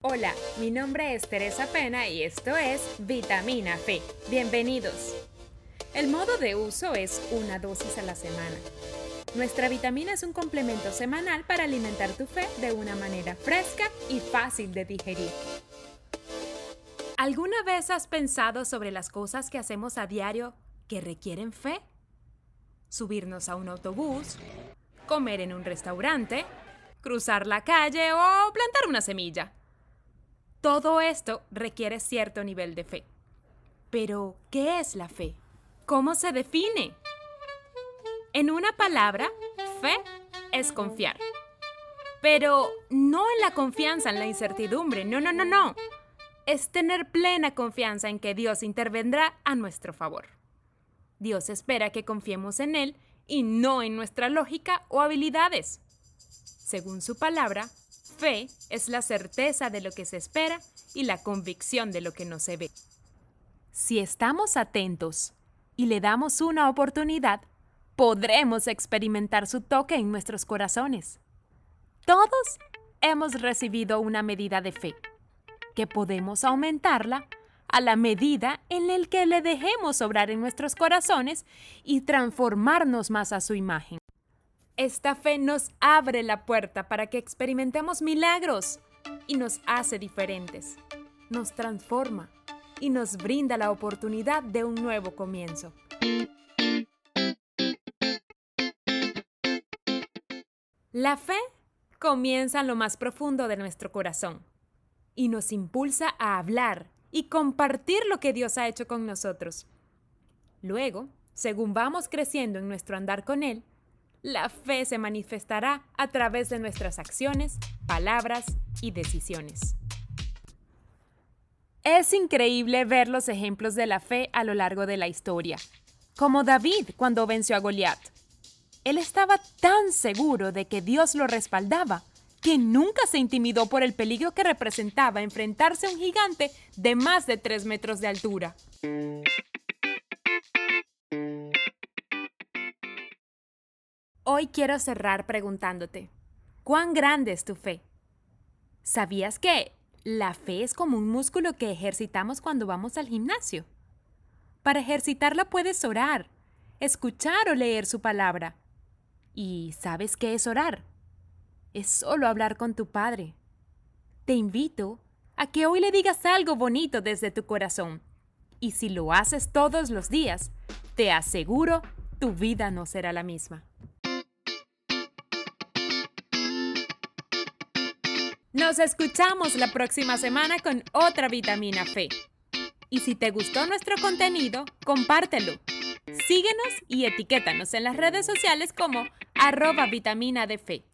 Hola, mi nombre es Teresa Pena y esto es Vitamina Fe. Bienvenidos. El modo de uso es una dosis a la semana. Nuestra vitamina es un complemento semanal para alimentar tu fe de una manera fresca y fácil de digerir. ¿Alguna vez has pensado sobre las cosas que hacemos a diario que requieren fe? Subirnos a un autobús, comer en un restaurante, cruzar la calle o plantar una semilla. Todo esto requiere cierto nivel de fe. Pero, ¿qué es la fe? ¿Cómo se define? En una palabra, fe es confiar. Pero no en la confianza en la incertidumbre, no. Es tener plena confianza en que Dios intervendrá a nuestro favor. Dios espera que confiemos en Él y no en nuestra lógica o habilidades. Según su palabra, fe es la certeza de lo que se espera y la convicción de lo que no se ve. Si estamos atentos y le damos una oportunidad, podremos experimentar su toque en nuestros corazones. Todos hemos recibido una medida de fe, que podemos aumentarla a la medida en la que le dejemos obrar en nuestros corazones y transformarnos más a su imagen. Esta fe nos abre la puerta para que experimentemos milagros y nos hace diferentes, nos transforma y nos brinda la oportunidad de un nuevo comienzo. La fe comienza en lo más profundo de nuestro corazón y nos impulsa a hablar y compartir lo que Dios ha hecho con nosotros. Luego, según vamos creciendo en nuestro andar con Él, la fe se manifestará a través de nuestras acciones, palabras y decisiones. Es increíble ver los ejemplos de la fe a lo largo de la historia, como David cuando venció a Goliat. Él estaba tan seguro de que Dios lo respaldaba que nunca se intimidó por el peligro que representaba enfrentarse a un gigante de más de 3 metros de altura. Hoy quiero cerrar preguntándote, ¿cuán grande es tu fe? ¿Sabías que la fe es como un músculo que ejercitamos cuando vamos al gimnasio? Para ejercitarla puedes orar, escuchar o leer su palabra. ¿Y sabes qué es orar? Es solo hablar con tu Padre. Te invito a que hoy le digas algo bonito desde tu corazón. Y si lo haces todos los días, te aseguro, tu vida no será la misma. Nos escuchamos la próxima semana con otra Vitamina Fe. Y si te gustó nuestro contenido, compártelo. Síguenos y etiquétanos en las redes sociales como @Vitamina de Fe.